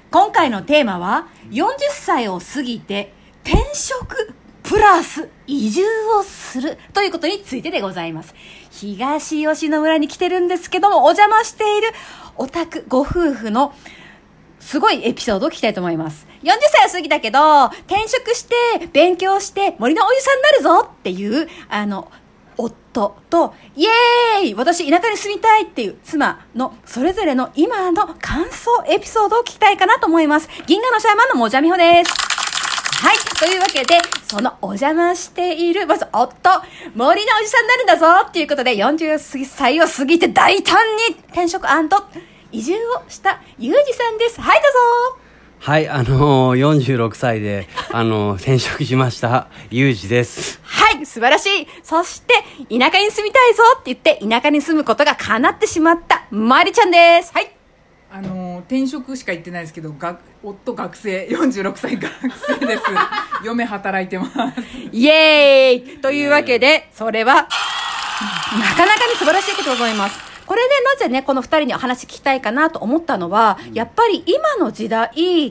今回のテーマは40歳を過ぎて転職プラス移住をするということについてでございます。東吉野村に来てるんですけども、お邪魔しているお宅ご夫婦のすごいエピソードを聞きたいと思います。40歳を過ぎたけど転職して勉強して森のおじさんになるぞっていう夫とイエーイ私田舎に住みたいっていう妻のそれぞれの今の感想エピソードを聞きたいかなと思います。銀河のシャーマンのもじゃみほです。はい、というわけでそのお邪魔しているまず夫森のおじさんになるんだぞっていうことで40歳を過ぎて大胆に転職&移住をしたゆうじさんです。はいどうぞ。 はい、46歳で転職しましたゆうじです。 はい、素晴らしい。そして田舎に住みたいぞって言って田舎に住むことが叶ってしまったまりちゃんです。はい。 転職しか言ってないですけど夫学生46歳学生です嫁働いてますイエーイというわけでそれはなかなかに素晴らしいことだと思います。これでなぜねこの2人にお話聞きたいかなと思ったのは、やっぱり今の時代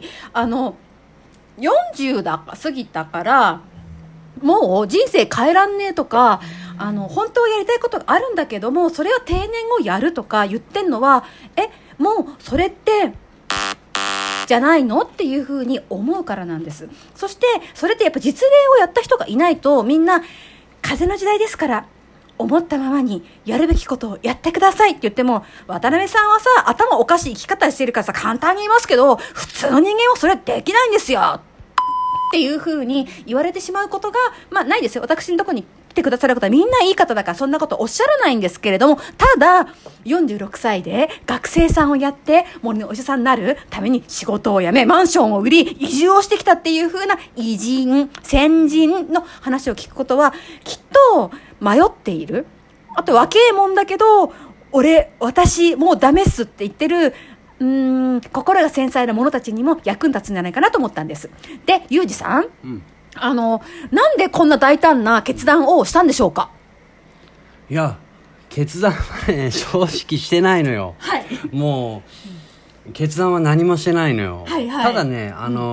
40だ過ぎたからもう人生変えらんねえとか本当はやりたいことがあるんだけどもそれは定年後やるとか言ってんのはもうそれってじゃないのっていうふうに思うからなんです。そしてそれってやっぱ実例をやった人がいないとみんな風の時代ですから思ったままにやるべきことをやってくださいって言っても渡辺さんはさ頭おかしい生き方してるからさ簡単に言いますけど普通の人間はそれはできないんですよっていうふうに言われてしまうことがないですよ。私のところに来てくださる方はみんないい方だからそんなことおっしゃらないんですけれども、ただ46歳で学生さんをやって森のお医者さんになるために仕事を辞めマンションを売り移住をしてきたっていうふうな偉人先人の話を聞くことはきっと迷っている、あと若えもんだけど私もうダメっすって言ってる心が繊細な者たちにも役に立つんじゃないかなと思ったんです。で、ゆうじさん、なんでこんな大胆な決断をしたんでしょうか？ いや決断はね正直してないのよ、はい、もう決断は何もしてないのよ、はいはい、ただね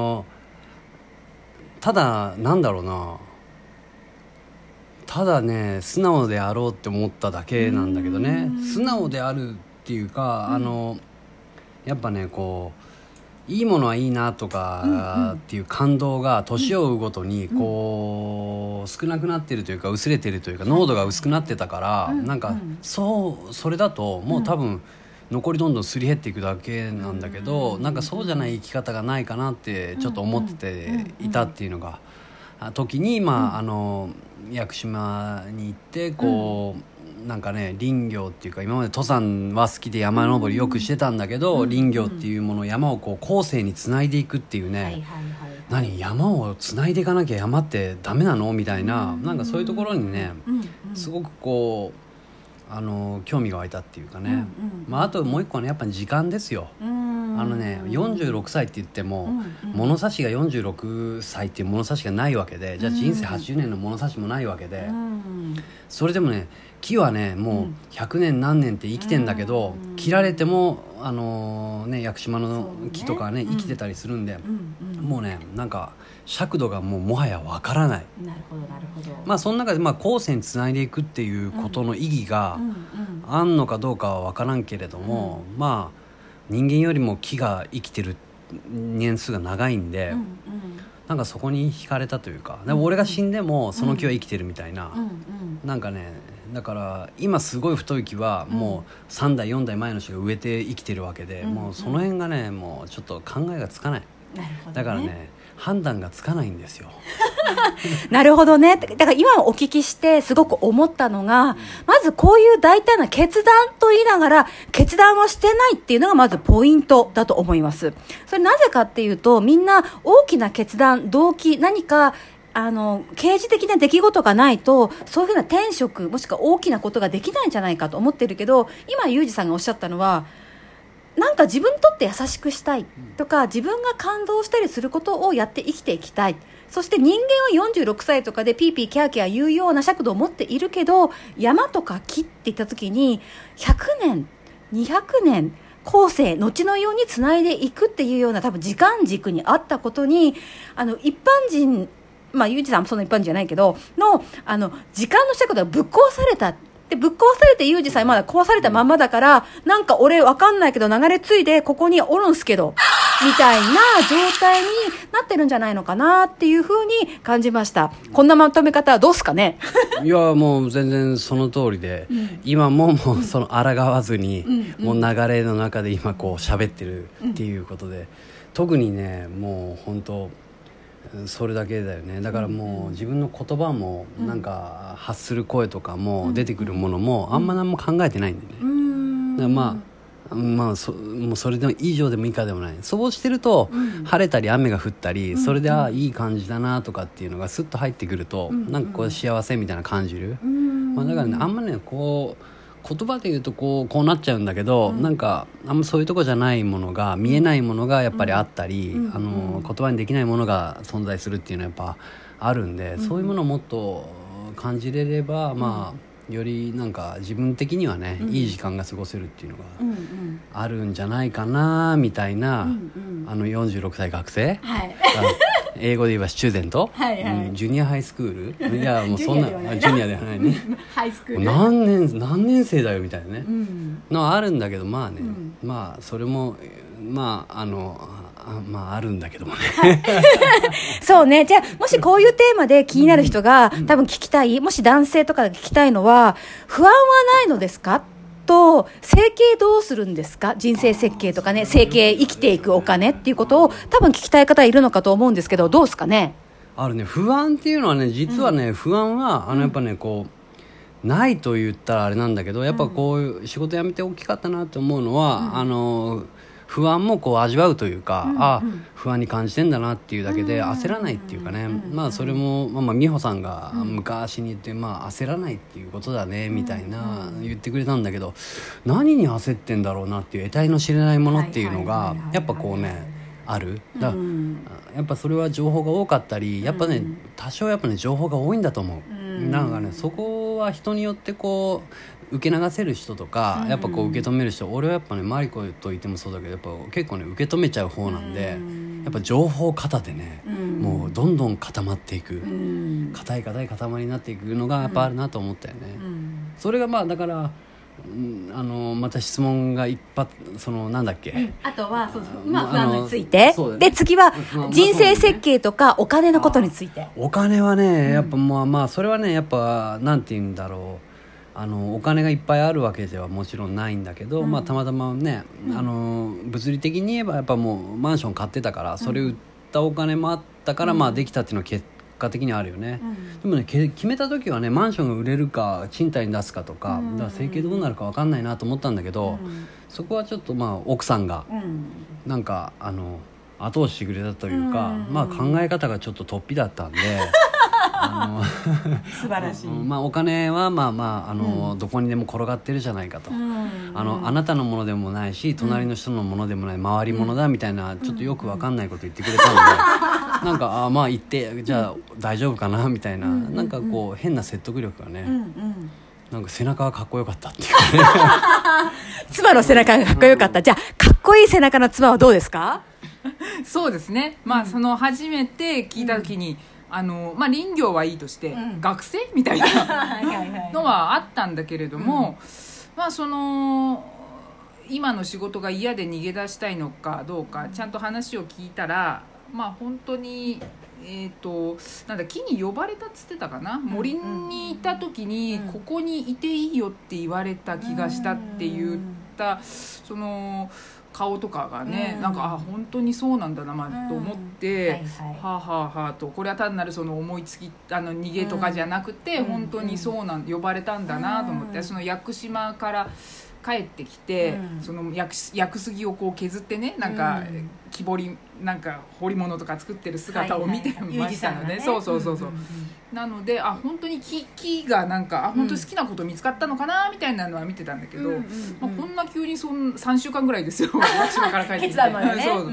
ただなんだろうなただね素直であろうって思っただけなんだけどね。素直であるっていうかやっぱねこういいものはいいなとかっていう感動が年を追うごとにこう少なくなってるというか薄れてるというか濃度が薄くなってたからなんかそれだともう多分残りどんどんすり減っていくだけなんだけどなんかそうじゃない生き方がないかなってちょっと思ってていたっていうのが時に屋久島に行ってこうなんかね林業っていうか今まで登山は好きで山登りよくしてたんだけど林業っていうもの山をこう後世につないでいくっていうね何山をつないでいかなきゃ山ってダメなのみたいななんかそういうところにねすごくこう興味が湧いたっていうかねあともう一個ねやっぱり時間ですよ。46歳って言っても物差しが46歳っていう物差しがないわけでじゃあ人生80年の物差しもないわけでそれでもね木はねもう100年何年って生きてんだけど切られても屋久島の木とかね生きてたりするんでもうねなんか尺度がもはやわからない。 なるほどなるほど。 その中で後世につないでいくっていうことの意義があんのかどうかはわからんけれども人間よりも木が生きてる年数が長いんでなんかそこに惹かれたというかでも俺が死んでもその木は生きてるみたいななんかねだから今すごい太い木はもう3代4代前の人が植えて生きてるわけでもうその辺がねもうちょっと考えがつかない。 なるほどね、 だからね判断がつかないんですよなるほどね。だから今お聞きしてすごく思ったのがまずこういう大胆な決断と言いながら決断はしてないっていうのがまずポイントだと思います。それなぜかっていうとみんな大きな決断動機何か刑事的な出来事がないとそういうふうな転職もしくは大きなことができないんじゃないかと思ってるけど今ユージさんがおっしゃったのはなんか自分にとって優しくしたいとか自分が感動したりすることをやって生きていきたい。そして人間は46歳とかでピーピーキャーキャー言うような尺度を持っているけど山とか木って言った時に100年200年後世後のようにつないでいくっていうような多分時間軸にあったことに一般人ゆうじさんもそんな一般人じゃないけど時間の尺度がぶっ壊された。でぶっ壊されてユージさんまだ壊されたまんまだからなんか俺わかんないけど流れ着いでここにおるんすけどみたいな状態になってるんじゃないのかなっていう風に感じました。こんなまとめ方はどうすかね。 いやもう全然その通りで、今もうその抗わずに、もう流れの中で今こう喋ってるっていうことで、特にねもう本当それだけだよね。だからもう自分の言葉もなんか発する声とかも出てくるものもあんま何も考えてないんでね。だからもうそれでも以上でも以下でもない。そうしてると晴れたり雨が降ったり、それでいい感じだなとかっていうのがスッと入ってくると、なんかこう幸せみたいな感じる。だからねあんまねこう言葉で言うとこうなっちゃうんだけど、なんかあんまそういうとこじゃないものが見えないものがやっぱりあったり、言葉にできないものが存在するっていうのはやっぱあるんで、そういうものをもっと感じれれば、よりなんか自分的にはね、いい時間が過ごせるっていうのがあるんじゃないかなみたいな、46歳学生、英語で言えばスチューデント、ジュニアハイスクール、いやもうそんなジュニアではないねハイスクール何年生だよみたいなね、のはあるんだけどそれもあるんだけどもねそうね。じゃあもしこういうテーマで気になる人が多分聞きたい、もし男性とかが聞きたいのは不安はないのですかと、整形どうするんですか、人生設計とかね、整形生きていくお金っていうことを多分聞きたい方いるのかと思うんですけど、どうですかね。 あるね。不安っていうのはね、実はね、不安はやっぱねこうないと言ったらあれなんだけど、やっぱこういう仕事辞めて大きかったなと思うのは、不安もこう味わうというか、不安に感じてんだなっていうだけで焦らないっていうかね、それも美穂さんが昔に言って、焦らないっていうことだねみたいな言ってくれたんだけど、何に焦ってんだろうなっていう得体の知れないものっていうのがやっぱこうねある。だからやっぱそれは情報が多かったり、やっぱね多少やっぱね情報が多いんだと思う。なんかねそこは人によってこう受け流せる人とか、やっぱこう受け止める人、俺はやっぱねマリコと言ってもそうだけど、やっぱ結構ね受け止めちゃう方なんで、やっぱ情報型でね、もうどんどん固まっていく、硬い塊になっていくのがやっぱあるなと思ったよね。それがだからまた質問が一発なんだっけ、 あとは不安について、で次は人生設計とかお金のことについて。 お金はねやっぱそれはねやっぱなんて言うんだろう、お金がいっぱいあるわけではもちろんないんだけど、たまたまね、物理的に言えばやっぱもうマンション買ってたから、それ売ったお金もあったから、できたっていうのは結果的にはあるよね。でもね決めた時はねマンションが売れるか賃貸に出すかとか、だから整形どうなるか分かんないなと思ったんだけど、そこはちょっと奥さんがなんか後押ししてくれたというか、考え方がちょっと突飛だったんで素晴らしい。 お金はどこにでも転がってるじゃないかと、あなたのものでもないし隣の人のものでもない回り物だみたいな、ちょっとよく分かんないこと言ってくれたので、なんか言ってじゃあ大丈夫かなみたいな、なんかこう変な説得力がね、なんか背中がかっこよかったっていうかね妻の背中がかっこよかった。じゃあかっこいい背中の妻はどうですか。 そうですね、その初めて聞いた時に、林業はいいとして、学生みたいなのはあったんだけれども、今の仕事が嫌で逃げ出したいのかどうかちゃんと話を聞いたら、本当になんだ木に呼ばれたっつってたかな、森にいた時に、ここにいていいよって言われた気がしたって言った、その顔とかがね、なんか本当にそうなんだな、と思って、とこれは単なるその思いつき逃げとかじゃなくて、本当にそう呼ばれたんだなと思って、その屋久島から帰ってきて、その屋久杉をこう削ってね、なんか木彫りなんか彫り物とか作ってる姿を見てましたので、なので本当に木がなんか本当に好きなこと見つかったのかなみたいなのは見てたんだけど、こんな急に3週間ぐらいですよ屋久島から帰ってきて決断までね。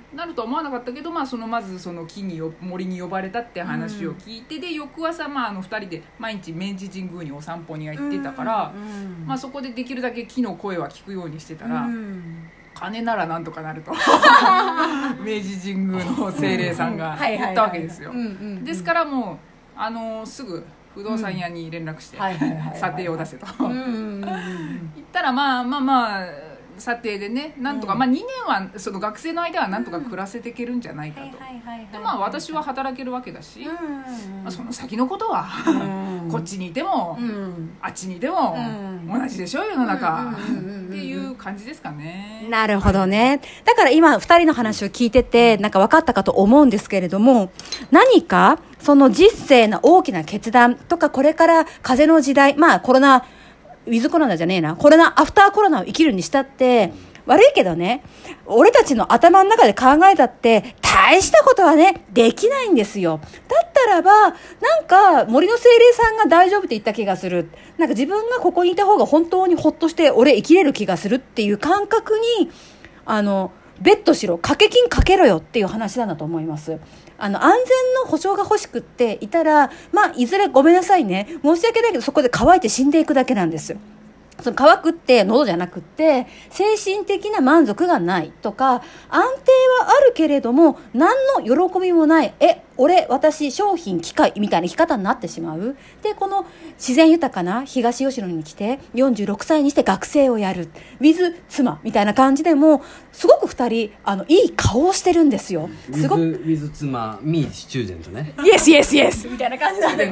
なるとは思わなかったけど、まずその木に森に呼ばれたって話を聞いて、で翌朝、2人で毎日明治神宮にお散歩には行ってたから、そこでできるだけ木の声は聞くようにしてたら、金ならなんとかなると明治神宮の精霊さんが言ったわけですよ。ですからもうすぐ不動産屋に連絡して査定を出せと言ったら、査定でねなんとか、2年はその学生の間はなんとか暮らせていけるんじゃないかと。で私は働けるわけだし、その先のことはこっちにいてもあっちにいても同じでしょ世の中っていう感じですかね。 なるほどね。だから今2人の話を聞いててなんか分かったかと思うんですけれども、何かその人生の大きな決断とか、これから風の時代、コロナウィズコロナじゃねえな、コロナアフターコロナを生きるにしたって、悪いけどね、俺たちの頭の中で考えたって大したことはねできないんですよ。だったらばなんか森の精霊さんが大丈夫って言った気がする、なんか自分がここにいた方が本当にほっとして俺生きれる気がするっていう感覚にベットしろ、掛け金かけろよっていう話なんだと思います。安全の保障が欲しくっていたら、いずれごめんなさいね、申し訳ないけどそこで乾いて死んでいくだけなんです。その乾くって喉じゃなくって精神的な満足がないとか、安定はあるけれども何の喜びもない、私商品機械みたいな生き方になってしまう。でこの自然豊かな東吉野に来て46歳にして学生をやる with 妻みたいな感じでもすごく2人いい顔をしてるんですよ。すごく with 妻 me スチューデントね、 イエスイエスイエスみたいな感じなんで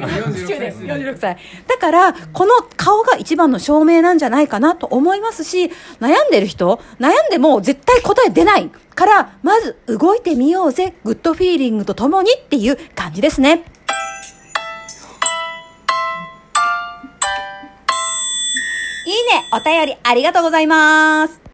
46歳だからこの顔が一番の証明なんじゃないかなと思いますし、悩んでる人悩んでも絶対答え出ないからまず動いてみようぜ、グッドフィーリングとともにっていう感じですね。いいね、お便りありがとうございます。